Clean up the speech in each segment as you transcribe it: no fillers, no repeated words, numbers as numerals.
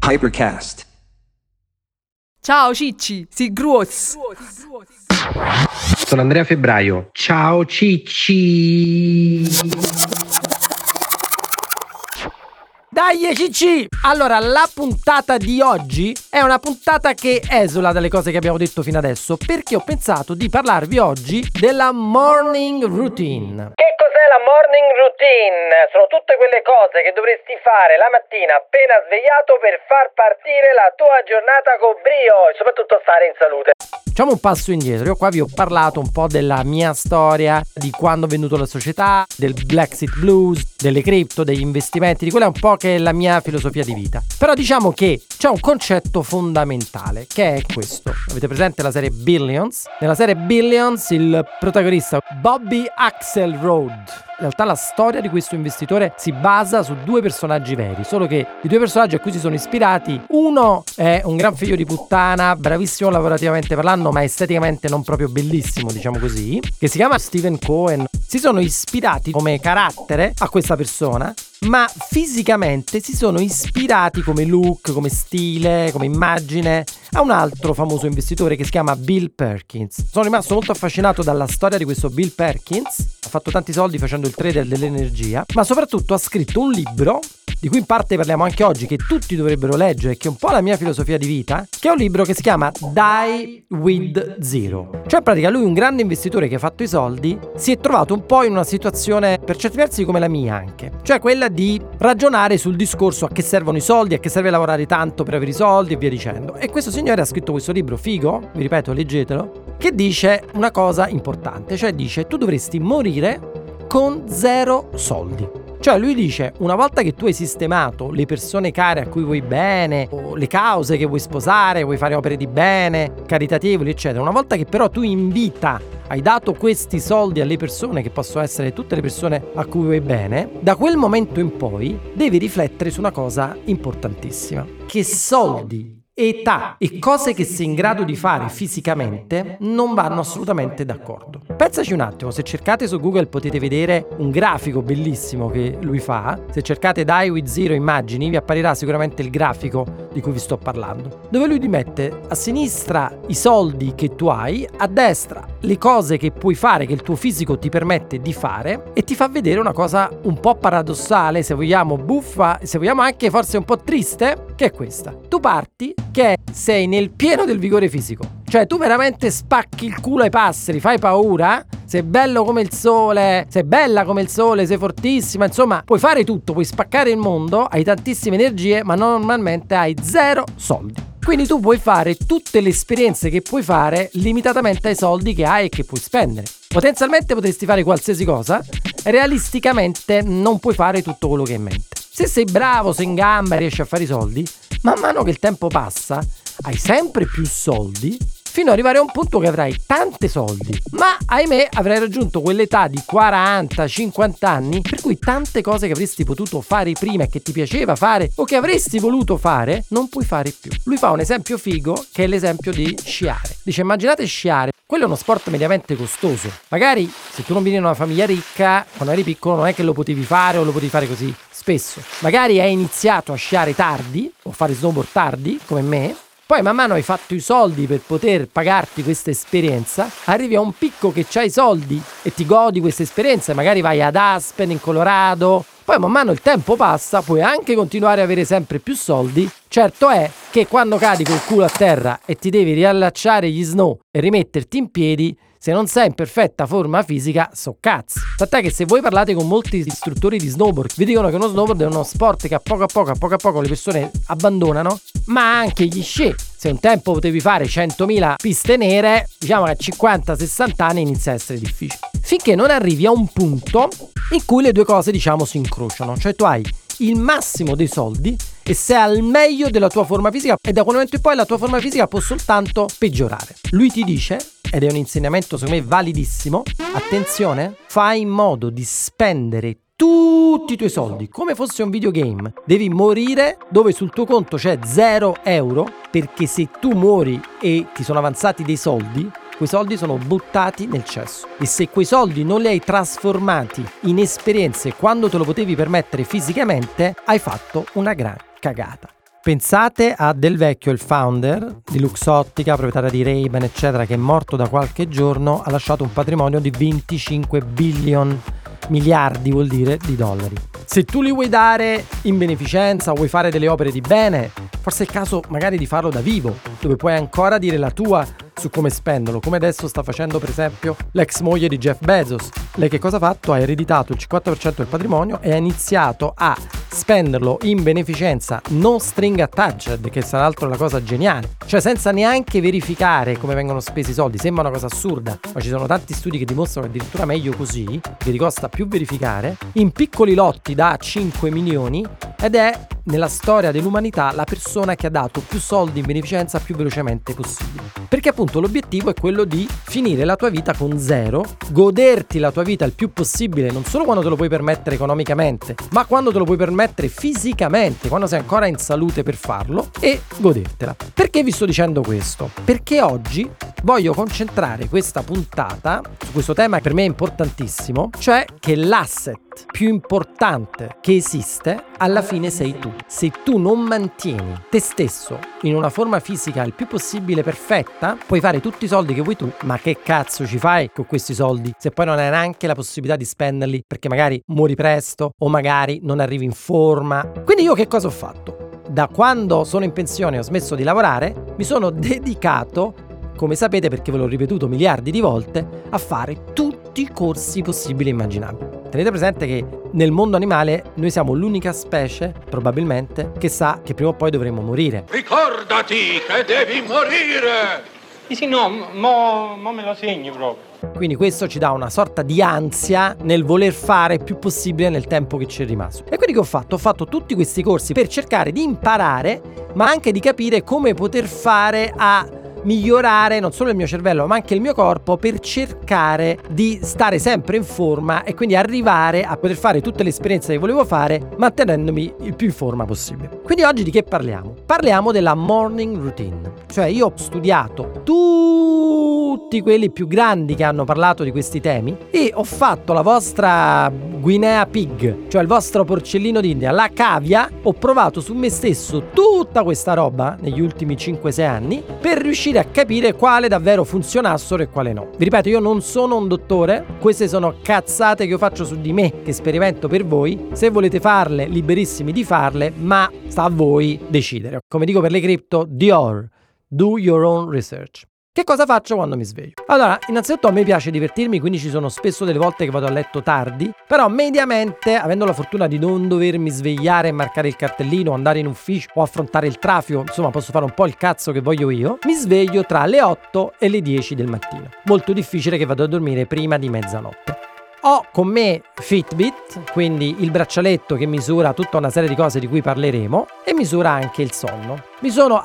Hypercast. Ciao Cicci, si gruoz. Sono Andrea Febbraio. Ciao Cicci. Dai Cicci! Allora, la puntata di oggi è una puntata che esula dalle cose che abbiamo detto fino adesso, perché ho pensato di parlarvi oggi della morning routine. Che cos'è la morning routine? Sono tutte quelle cose che dovresti fare la mattina appena svegliato per far partire la tua giornata con brio e soprattutto stare in salute. Facciamo un passo indietro. Io qua vi ho parlato un po' della mia storia, di quando ho venduto la società, del Brexit Blues, delle cripto, degli investimenti, di quella un po' che è la mia filosofia di vita. Però diciamo che c'è un concetto fondamentale, che è questo. Avete presente la serie Billions? Nella serie Billions il protagonista Bobby Axelrod. In realtà la storia di questo investitore si basa su due personaggi veri, solo che i due personaggi a cui si sono ispirati, uno è un gran figlio di puttana, bravissimo lavorativamente parlando, ma esteticamente non proprio bellissimo, diciamo così, che si chiama Steven Cohen. Si sono ispirati come carattere a questa persona, ma fisicamente si sono ispirati come look, come stile, come immagine a un altro famoso investitore che si chiama Bill Perkins. Sono rimasto molto affascinato dalla storia di questo Bill Perkins. Ha fatto tanti soldi facendo il trader dell'energia, ma soprattutto ha scritto un libro di cui in parte parliamo anche oggi, che tutti dovrebbero leggere, che è un po' la mia filosofia di vita, che è un libro che si chiama Die with Zero. Cioè in pratica lui, un grande investitore che ha fatto i soldi, si è trovato un po' in una situazione per certi versi come la mia anche, cioè quella di ragionare sul discorso a che servono i soldi, a che serve lavorare tanto per avere i soldi e via dicendo. E questo signore ha scritto questo libro figo, vi ripeto, leggetelo, che dice una cosa importante, cioè dice: tu dovresti morire con 0 soldi. Cioè lui dice, una volta che tu hai sistemato le persone care a cui vuoi bene, o le cause che vuoi sposare, vuoi fare opere di bene, caritatevoli eccetera, una volta che però tu in vita hai dato questi soldi alle persone, che possono essere tutte le persone a cui vuoi bene, da quel momento in poi devi riflettere su una cosa importantissima: che soldi, età e cose che sei in grado di fare fisicamente non vanno assolutamente d'accordo. Pensaci un attimo, se cercate su Google potete vedere un grafico bellissimo che lui fa. Se cercate Die with Zero immagini vi apparirà sicuramente il grafico di cui vi sto parlando, dove lui ti mette a sinistra i soldi che tu hai, a destra le cose che puoi fare, che il tuo fisico ti permette di fare, e ti fa vedere una cosa un po' paradossale, se vogliamo buffa, se vogliamo anche forse un po' triste, che è questa: tu parti che sei nel pieno del vigore fisico, cioè tu veramente spacchi il culo ai passeri, fai paura, sei bello come il sole, sei bella come il sole, sei fortissima, insomma puoi fare tutto, puoi spaccare il mondo, hai tantissime energie, ma normalmente hai 0 soldi. Quindi tu puoi fare tutte le esperienze che puoi fare limitatamente ai soldi che hai e che puoi spendere. Potenzialmente potresti fare qualsiasi cosa, realisticamente non puoi fare tutto quello che hai in mente. Se sei bravo, sei in gamba e riesci a fare i soldi, man mano che il tempo passa hai sempre più soldi, fino ad arrivare a un punto che avrai tante soldi, ma ahimè avrai raggiunto quell'età di 40-50 anni per cui tante cose che avresti potuto fare prima e che ti piaceva fare o che avresti voluto fare non puoi fare più. Lui fa un esempio figo, che è l'esempio di sciare. Dice: immaginate sciare, quello è uno sport mediamente costoso. Magari se tu non vieni in una famiglia ricca, quando eri piccolo non è che lo potevi fare o lo potevi fare così spesso. Magari hai iniziato a sciare tardi o fare snowboard tardi come me, poi man mano hai fatto i soldi per poter pagarti questa esperienza, arrivi a un picco che c'hai i soldi e ti godi questa esperienza, magari vai ad Aspen in Colorado, poi man mano il tempo passa, puoi anche continuare ad avere sempre più soldi. Certo è che quando cadi col culo a terra e ti devi riallacciare gli snow e rimetterti in piedi, se non sei in perfetta forma fisica, so cazzo. Tant'è che se voi parlate con molti istruttori di snowboard, vi dicono che uno snowboard è uno sport che a poco a poco le persone abbandonano, ma anche gli sci. Se un tempo potevi fare 100.000 piste nere, diciamo che a 50-60 anni inizia a essere difficile. Finché non arrivi a un punto in cui le due cose, diciamo, si incrociano. Cioè tu hai il massimo dei soldi e sei al meglio della tua forma fisica, e da quel momento in poi la tua forma fisica può soltanto peggiorare. Lui ti dice, ed è un insegnamento secondo me validissimo: attenzione, fai in modo di spendere tutti i tuoi soldi come fosse un videogame. Devi morire dove sul tuo conto c'è 0 euro, perché se tu muori e ti sono avanzati dei soldi, quei soldi sono buttati nel cesso, e se quei soldi non li hai trasformati in esperienze quando te lo potevi permettere fisicamente, hai fatto una gran cagata. Pensate a Del Vecchio, il founder di Luxottica, proprietaria di Ray-Ban, eccetera, che è morto da qualche giorno, ha lasciato un patrimonio di 25 billion, miliardi vuol dire, di dollari. Se tu li vuoi dare in beneficenza o vuoi fare delle opere di bene, forse è il caso magari di farlo da vivo, dove puoi ancora dire la tua su come spenderlo, come adesso sta facendo per esempio l'ex moglie di Jeff Bezos. Lei che cosa ha fatto? Ha ereditato il 50% del patrimonio e ha iniziato a spenderlo in beneficenza non string attached, che sarà altro la cosa geniale, cioè senza neanche verificare come vengono spesi i soldi. Sembra una cosa assurda, ma ci sono tanti studi che dimostrano che addirittura meglio così, che ti costa più verificare, in piccoli lotti da 5 milioni, ed è nella storia dell'umanità la persona che ha dato più soldi in beneficenza più velocemente possibile. Perché appunto l'obiettivo è quello di finire la tua vita con zero, goderti la tua vita il più possibile, non solo quando te lo puoi permettere economicamente, ma quando te lo puoi permettere fisicamente, quando sei ancora in salute per farlo, e godertela. Perché vi sto dicendo questo? Perché oggi voglio concentrare questa puntata su questo tema che per me è importantissimo, cioè che l'asset più importante che esiste alla fine sei tu. Se tu non mantieni te stesso in una forma fisica il più possibile perfetta, puoi fare tutti i soldi che vuoi tu, ma che cazzo ci fai con questi soldi se poi non hai neanche la possibilità di spenderli perché magari muori presto o magari non arrivi in forma? Quindi io che cosa ho fatto? Da quando sono in pensione e ho smesso di lavorare, mi sono dedicato, come sapete perché ve l'ho ripetuto miliardi di volte, a fare tutti i corsi possibili e immaginabili. Tenete presente che nel mondo animale noi siamo l'unica specie, probabilmente, che sa che prima o poi dovremo morire. Ricordati che devi morire! Sì, no, mo me lo segni proprio. Quindi questo ci dà una sorta di ansia nel voler fare il più possibile nel tempo che ci è rimasto. E quindi che ho fatto? Ho fatto tutti questi corsi per cercare di imparare, ma anche di capire come poter fare a migliorare non solo il mio cervello ma anche il mio corpo, per cercare di stare sempre in forma e quindi arrivare a poter fare tutte le esperienze che volevo fare mantenendomi il più in forma possibile. Quindi oggi di che parliamo? Parliamo della morning routine. Cioè io ho studiato tutti quelli più grandi che hanno parlato di questi temi e ho fatto la vostra guinea pig, cioè il vostro porcellino d'India, la cavia. Ho provato su me stesso tutta questa roba negli ultimi 5-6 anni per riuscire a capire quale davvero funzionassero e quale no. Vi ripeto, io non sono un dottore, queste sono cazzate che io faccio su di me, che sperimento per voi. Se volete farle, liberissimi di farle, ma sta a voi decidere. Come dico per le cripto, Dior, do your own research. Che cosa faccio quando mi sveglio? Allora, innanzitutto a me piace divertirmi, quindi ci sono spesso delle volte che vado a letto tardi, però mediamente, avendo la fortuna di non dovermi svegliare e marcare il cartellino, andare in ufficio o affrontare il traffico, insomma posso fare un po' il cazzo che voglio io, mi sveglio tra le 8 e le 10 del mattino. Molto difficile che vado a dormire prima di mezzanotte. Ho con me Fitbit, quindi il braccialetto che misura tutta una serie di cose di cui parleremo e misura anche il sonno. Mi sono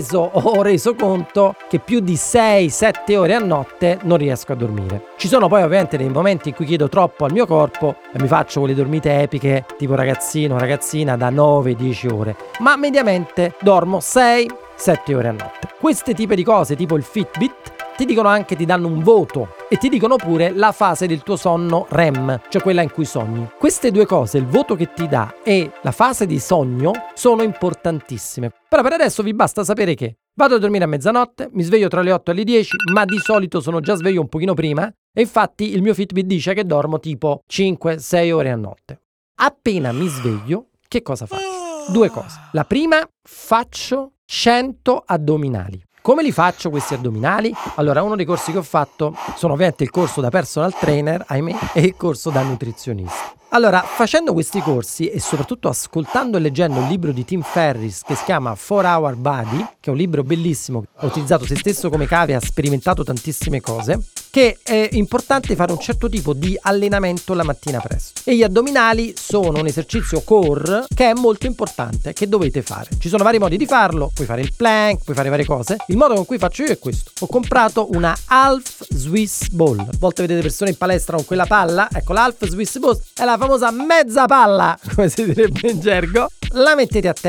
ho reso conto che più di 6-7 ore a notte non riesco a dormire. Ci sono poi ovviamente dei momenti in cui chiedo troppo al mio corpo e mi faccio quelle dormite epiche tipo ragazzino o ragazzina da 9-10 ore, ma mediamente dormo 6-7 ore a notte. Queste tipi di cose, tipo il Fitbit, ti dicono anche, ti danno un voto e ti dicono pure la fase del tuo sonno REM, cioè quella in cui sogni. Queste due cose, il voto che ti dà e la fase di sogno, sono importantissime. Però per adesso vi basta sapere che vado a dormire a mezzanotte, mi sveglio tra le 8 e le 10, ma di solito sono già sveglio un pochino prima e infatti il mio Fitbit dice che dormo tipo 5-6 ore a notte. Appena mi sveglio, che cosa faccio? Due cose. La prima, faccio 100 addominali. Come li faccio questi addominali? Allora, uno dei corsi che ho fatto sono ovviamente il corso da personal trainer, ahimè, e il corso da nutrizionista. Allora, facendo questi corsi e soprattutto ascoltando e leggendo il libro di Tim Ferriss che si chiama 4-Hour Body, che è un libro bellissimo, ha utilizzato se stesso come cavia, ha sperimentato tantissime cose, che è importante fare un certo tipo di allenamento la mattina presto. E gli addominali sono un esercizio core che è molto importante, che dovete fare. Ci sono vari modi di farlo, puoi fare il plank, puoi fare varie cose. Il modo con cui faccio io è questo. Ho comprato una Half Swiss Ball. A volte vedete persone in palestra con quella palla, ecco l'Half Swiss Ball è la famosa mezza palla, come si direbbe in gergo. La mettete a terra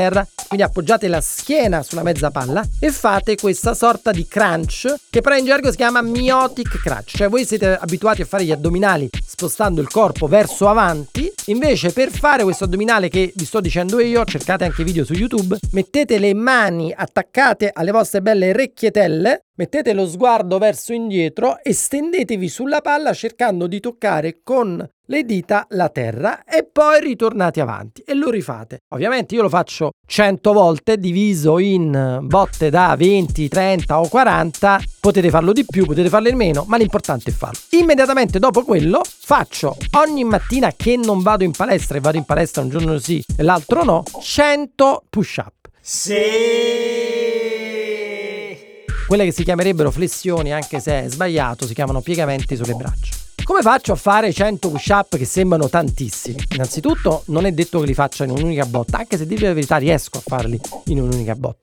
quindi appoggiate la schiena sulla mezza palla e fate questa sorta di crunch che però in gergo si chiama myotic crunch, cioè voi siete abituati a fare gli addominali spostando il corpo verso avanti, invece per fare questo addominale che vi sto dicendo io, cercate anche video su YouTube, mettete le mani attaccate alle vostre belle orecchietelle, mettete lo sguardo verso indietro e stendetevi sulla palla cercando di toccare con le dita la terra e poi ritornate avanti e lo rifate. Ovviamente io lo faccio 100 volte diviso in botte da 20, 30 o 40, potete farlo di più, potete farlo di meno, ma l'importante è farlo. Immediatamente dopo quello faccio ogni mattina che non vado in palestra e vado in palestra un giorno sì e l'altro no, 100 push up. Quelle che si chiamerebbero flessioni, anche se è sbagliato, si chiamano piegamenti sulle braccia. Come faccio a fare 100 push-up che sembrano tantissimi? Innanzitutto non è detto che li faccia in un'unica botta, anche se dirvi la verità riesco a farli in un'unica botta.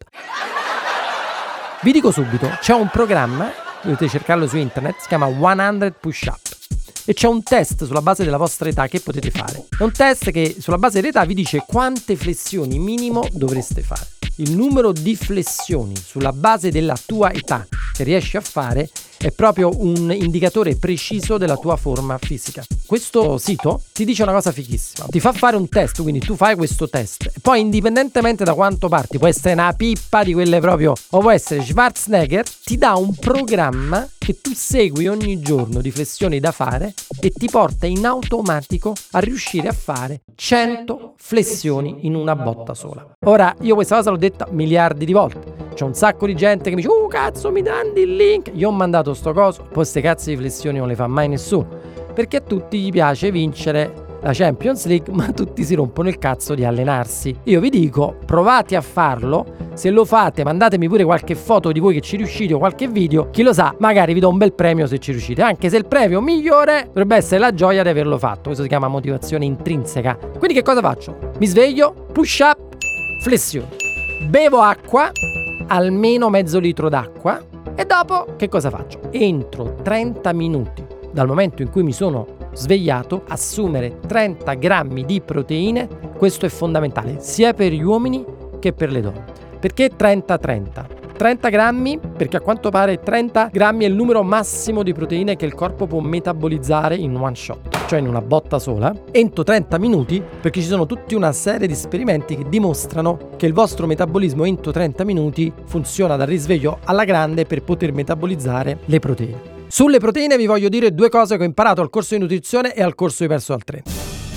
Vi dico subito, c'è un programma, dovete cercarlo su internet, si chiama 100 push-up. E c'è un test sulla base della vostra età che potete fare. È un test che sulla base dell'età vi dice quante flessioni minimo dovreste fare. Il numero di flessioni sulla base della tua età che riesci a fare è proprio un indicatore preciso della tua forma fisica. Questo sito ti dice una cosa fighissima, ti fa fare un test, quindi tu fai questo test e poi indipendentemente da quanto parti, può essere una pippa di quelle proprio o può essere Schwarzenegger, ti dà un programma che tu segui ogni giorno di flessioni da fare e ti porta in automatico a riuscire a fare 100 flessioni in una botta sola. Ora, io questa cosa l'ho detta miliardi di volte. C'è un sacco di gente che mi dice cazzo mi danno il link. Io ho mandato sto coso, poi queste cazzo di flessioni non le fa mai nessuno, perché a tutti gli piace vincere la Champions League, ma tutti si rompono il cazzo di allenarsi. Io vi dico, provate a farlo, se lo fate mandatemi pure qualche foto di voi che ci riuscite o qualche video, chi lo sa, magari vi do un bel premio se ci riuscite, anche se il premio migliore dovrebbe essere la gioia di averlo fatto. Questo si chiama motivazione intrinseca. Quindi che cosa faccio? Mi sveglio, push up, flessioni, bevo acqua, almeno mezzo litro d'acqua e dopo che cosa faccio? Entro 30 minuti dal momento in cui mi sono svegliato, assumere 30 grammi di proteine. Questo è fondamentale sia per gli uomini che per le donne. Perché 30-30? 30 grammi perché a quanto pare 30 grammi è il numero massimo di proteine che il corpo può metabolizzare in one shot, cioè in una botta sola, entro 30 minuti, perché ci sono tutta una serie di esperimenti che dimostrano che il vostro metabolismo entro 30 minuti funziona dal risveglio alla grande per poter metabolizzare le proteine. Sulle proteine vi voglio dire due cose che ho imparato al corso di nutrizione e al corso di personal training.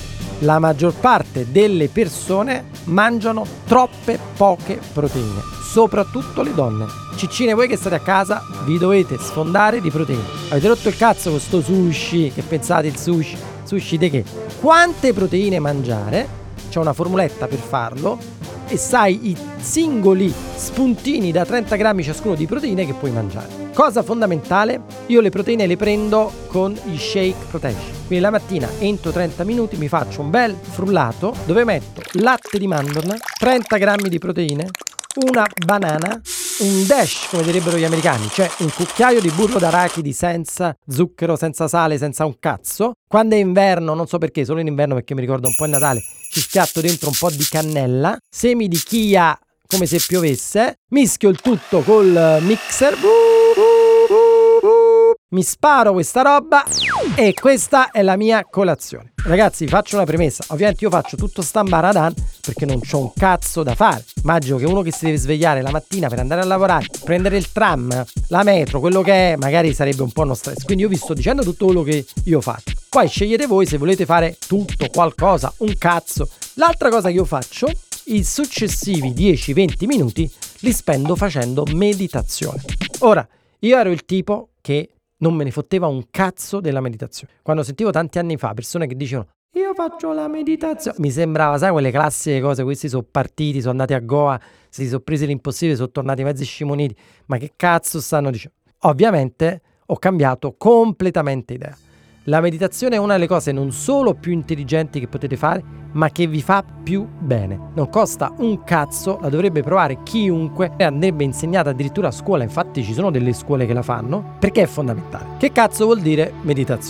La maggior parte delle persone mangiano troppe poche proteine, soprattutto le donne. Ciccine, voi che state a casa vi dovete sfondare di proteine. Avete rotto il cazzo con sto sushi, che pensate il sushi? Sushi di che? Quante proteine mangiare? C'è una formuletta per farlo e sai i singoli spuntini da 30 grammi ciascuno di proteine che puoi mangiare. Cosa fondamentale, io le proteine le prendo con i shake protein. Quindi la mattina entro 30 minuti mi faccio un bel frullato dove metto latte di mandorla, 30 grammi di proteine, una banana, un dash come direbbero gli americani, cioè un cucchiaio di burro d'arachidi senza zucchero, senza sale, senza un cazzo. Quando è inverno, non so perché, solo in inverno perché mi ricorda un po' il Natale, ci schiatto dentro un po' di cannella, semi di chia come se piovesse, mischio il tutto col mixer, mi sparo questa roba e questa è la mia colazione. Ragazzi, vi faccio una premessa, ovviamente io faccio tutto sta ambaradan perché non c'ho un cazzo da fare. Immagino che uno che si deve svegliare la mattina per andare a lavorare, prendere il tram, la metro, quello che è, magari sarebbe un po' uno stress. Quindi io vi sto dicendo tutto quello che io faccio. Poi scegliete voi se volete fare tutto, qualcosa, un cazzo. L'altra cosa che io faccio, i successivi 10-20 minuti li spendo facendo meditazione. Ora, io ero il tipo che non me ne fotteva un cazzo della meditazione. Quando sentivo tanti anni fa persone che dicevano io faccio la meditazione, mi sembrava, sai, quelle classiche cose, questi sono partiti, sono andati a Goa, si sono presi l'impossibile, sono tornati mezzi scimuniti, ma che cazzo stanno dicendo? Ovviamente ho cambiato completamente idea. La meditazione è una delle cose non solo più intelligenti che potete fare, ma che vi fa più bene. Non costa un cazzo, la dovrebbe provare chiunque, e andrebbe insegnata addirittura a scuola, infatti ci sono delle scuole che la fanno, perché è fondamentale. Che cazzo vuol dire meditazione?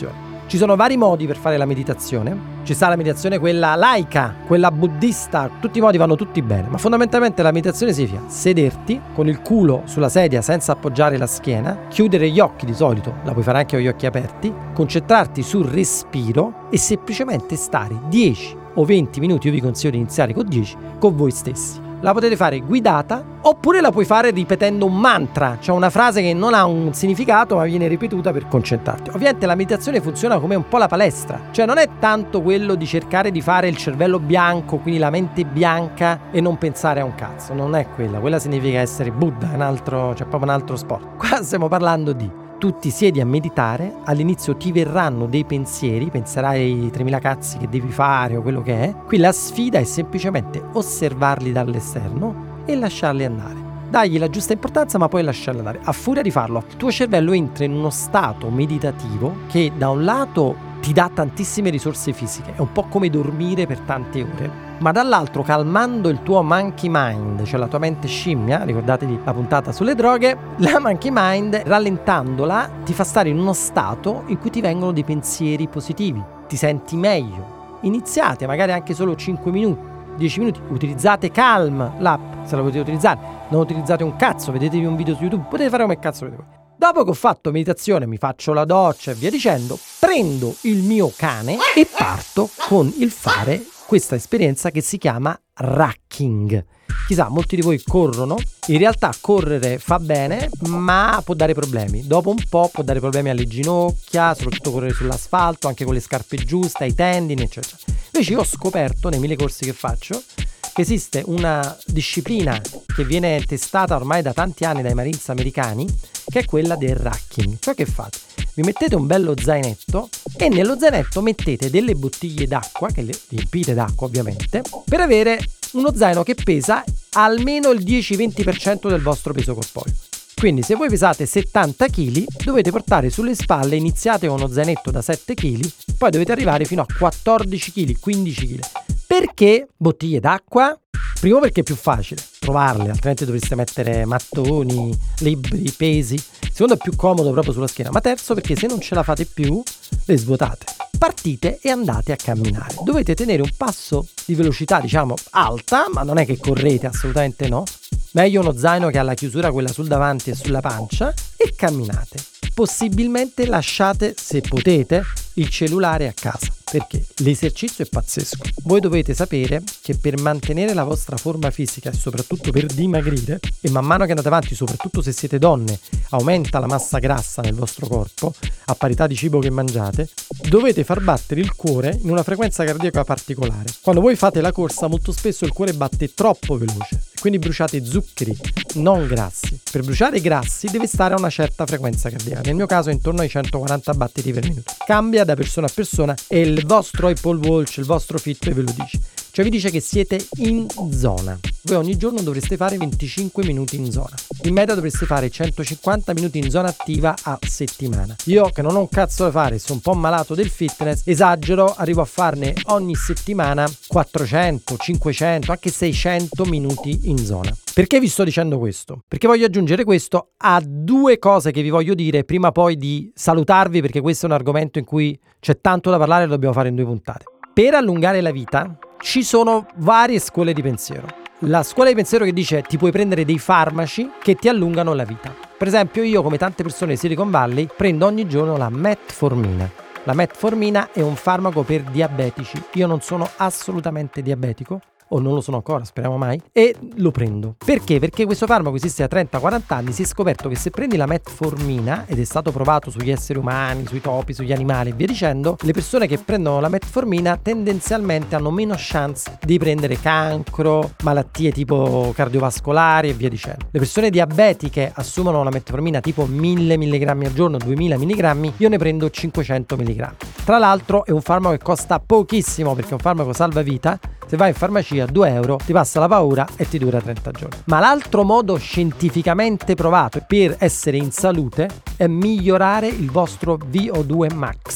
Ci sono vari modi per fare la meditazione. Ci sta la meditazione quella laica, quella buddista, tutti i modi vanno tutti bene, ma fondamentalmente la meditazione significa sederti con il culo sulla sedia senza appoggiare la schiena, chiudere gli occhi di solito, la puoi fare anche con gli occhi aperti, concentrarti sul respiro e semplicemente stare 10 o 20 minuti, io vi consiglio di iniziare con 10, con voi stessi. La potete fare guidata oppure la puoi fare ripetendo un mantra, cioè una frase che non ha un significato ma viene ripetuta per concentrarti. Ovviamente la meditazione funziona come un po' la palestra, cioè non è tanto quello di cercare di fare il cervello bianco, quindi la mente bianca e non pensare a un cazzo, non è quella significa essere Buddha, c'è proprio un altro sport. Qua stiamo parlando di tu ti siedi a meditare, all'inizio ti verranno dei pensieri, penserai ai 3000 cazzi che devi fare o quello che è. Qui la sfida è semplicemente osservarli dall'esterno e lasciarli andare. Dagli la giusta importanza ma poi lasciarli andare. A furia di farlo, il tuo cervello entra in uno stato meditativo che da un lato ti dà tantissime risorse fisiche, è un po' come dormire per tante ore, ma dall'altro calmando il tuo monkey mind, cioè la tua mente scimmia, ricordatevi la puntata sulle droghe, la monkey mind rallentandola ti fa stare in uno stato in cui ti vengono dei pensieri positivi, ti senti meglio. Iniziate magari anche solo 5 minuti, 10 minuti, utilizzate Calm, l'app, se la potete utilizzare, non utilizzate un cazzo, vedetevi un video su YouTube, potete fare come cazzo vedete voi. Dopo che ho fatto meditazione, mi faccio la doccia e via dicendo, prendo il mio cane e parto con il fare questa esperienza che si chiama racking. Chissà, molti di voi corrono, in realtà correre fa bene, ma può dare problemi. Dopo un po' può dare problemi alle ginocchia, soprattutto correre sull'asfalto, anche con le scarpe giuste, ai tendini, eccetera. Invece io ho scoperto, nei 1000 corsi che faccio, che esiste una disciplina che viene testata ormai da tanti anni dai Marines americani, che è quella del racking. Cioè che fate? Vi mettete un bello zainetto e nello zainetto mettete delle bottiglie d'acqua, che le riempite d'acqua ovviamente, per avere uno zaino che pesa almeno il 10-20% del vostro peso corporeo. Quindi se voi pesate 70 kg dovete portare sulle spalle, iniziate con uno zainetto da 7 kg, poi dovete arrivare fino a 14 kg, 15 kg. Perché bottiglie d'acqua? Primo perché è più facile trovarle, altrimenti dovreste mettere mattoni, libri, pesi. Secondo è più comodo proprio sulla schiena. Ma terzo perché se non ce la fate più, le svuotate. Partite e andate a camminare. Dovete tenere un passo di velocità, diciamo, alta, ma non è che correte, assolutamente no. Meglio uno zaino che ha la chiusura quella sul davanti e sulla pancia e camminate. Possibilmente lasciate, se potete, il cellulare a casa, perché l'esercizio è pazzesco. Voi dovete sapere che per mantenere la vostra forma fisica e soprattutto per dimagrire, e man mano che andate avanti, soprattutto se siete donne, aumenta la massa grassa nel vostro corpo a parità di cibo che mangiate, dovete far battere il cuore in una frequenza cardiaca particolare. Quando voi fate la corsa molto spesso il cuore batte troppo veloce, quindi bruciate zuccheri, non grassi. Per bruciare i grassi deve stare a una certa frequenza cardiaca, nel mio caso intorno ai 140 battiti per minuto. Cambia da persona a persona e il vostro Apple Watch, il vostro Fitbit ve lo dice. Cioè vi dice che siete in zona. Voi ogni giorno dovreste fare 25 minuti in zona. In media dovreste fare 150 minuti in zona attiva a settimana. Io che non ho un cazzo da fare, sono un po' malato del fitness, esagero, arrivo a farne ogni settimana 400, 500, anche 600 minuti in zona. Perché vi sto dicendo questo? Perché voglio aggiungere questo a due cose che vi voglio dire prima poi di salutarvi, perché questo è un argomento in cui c'è tanto da parlare e lo dobbiamo fare in 2 puntate. Per allungare la vita ci sono varie scuole di pensiero. La scuola di pensiero che dice ti puoi prendere dei farmaci che ti allungano la vita. Per esempio io, come tante persone di Silicon Valley, prendo ogni giorno la metformina. La metformina è un farmaco per diabetici. Io non sono assolutamente diabetico, o non lo sono ancora, speriamo mai, e lo prendo. Perché? Perché questo farmaco esiste da 30-40 anni, si è scoperto che se prendi la metformina, ed è stato provato sugli esseri umani, sui topi, sugli animali e via dicendo, le persone che prendono la metformina tendenzialmente hanno meno chance di prendere cancro, malattie tipo cardiovascolari e via dicendo. Le persone diabetiche assumono la metformina tipo 1000 mg al giorno, 2000 mg, io ne prendo 500 mg. Tra l'altro è un farmaco che costa pochissimo perché è un farmaco salvavita. Se vai in farmacia 2 euro ti passa la paura e ti dura 30 giorni. Ma l'altro modo scientificamente provato per essere in salute è migliorare il vostro VO2 max.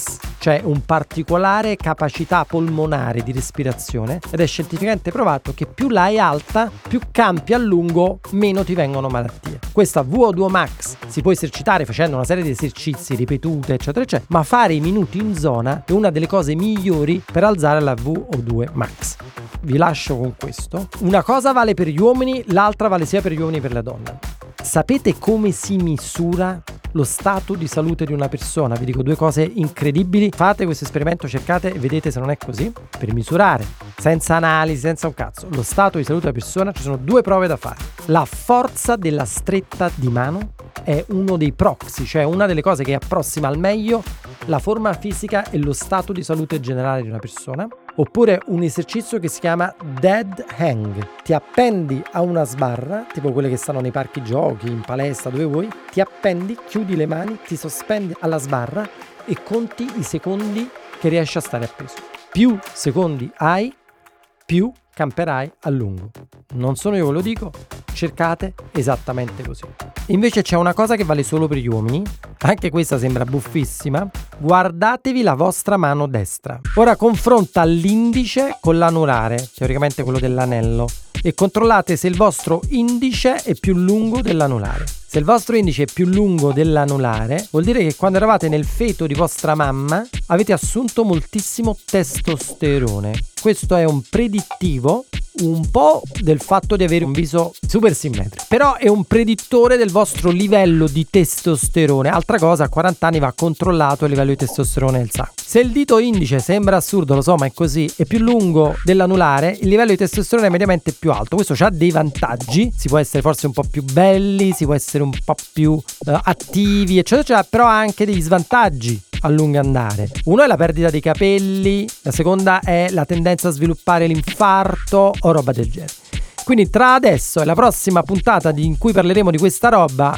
cioè un particolare capacità polmonare di respirazione, ed è scientificamente provato che più l'hai alta, più campi a lungo, meno ti vengono malattie. Questa VO2 max si può esercitare facendo una serie di esercizi ripetute, eccetera eccetera, ma fare i minuti in zona è una delle cose migliori per alzare la VO2 max. Vi lascio con questo. Una cosa vale per gli uomini, l'altra vale sia per gli uomini che per le donne. Sapete come si misura lo stato di salute di una persona? Vi dico due cose incredibili. Fate questo esperimento, cercate e vedete se non è così. Per misurare, senza analisi, senza un cazzo, lo stato di salute della persona, ci sono due prove da fare. La forza della stretta di mano è uno dei proxy, cioè una delle cose che approssima al meglio la forma fisica e lo stato di salute generale di una persona. Oppure un esercizio che si chiama dead hang. Ti appendi a una sbarra, tipo quelle che stanno nei parchi giochi, in palestra, dove vuoi. Ti appendi, chiudi le mani, ti sospendi alla sbarra e conti i secondi che riesci a stare appeso. Più secondi hai, più camperai a lungo. Non sono io che lo dico, cercate esattamente così. Invece c'è una cosa che vale solo per gli uomini, anche questa sembra buffissima. Guardatevi la vostra mano destra. Ora confronta l'indice con l'anulare, teoricamente quello dell'anello, e controllate se il vostro indice è più lungo dell'anulare. Se il vostro indice è più lungo dell'anulare, vuol dire che quando eravate nel feto di vostra mamma avete assunto moltissimo testosterone. Questo è un predittivo un po' del fatto di avere un viso super simmetrico, però è un predittore del vostro livello di testosterone. Altra cosa, a 40 anni va controllato il livello di testosterone nel sangue. Se il dito indice, sembra assurdo, lo so, ma è così, è più lungo dell'anulare, il livello di testosterone è mediamente più alto. Questo ha dei vantaggi, si può essere forse un po' più belli, si può essere un po' più attivi, eccetera, eccetera, però ha anche degli svantaggi a lungo andare. Uno è la perdita dei capelli, la seconda è la tendenza a sviluppare l'infarto o roba del genere. Quindi tra adesso e la prossima puntata in cui parleremo di questa roba,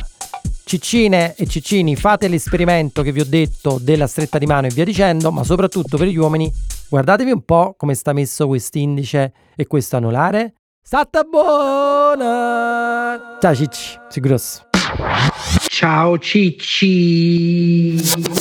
ciccine e ciccini, fate l'esperimento che vi ho detto della stretta di mano e via dicendo, ma soprattutto per gli uomini guardatevi un po' come sta messo quest'indice e questo anulare. Stata buona! Ciao cicci, si grosso. Ciao Cicci.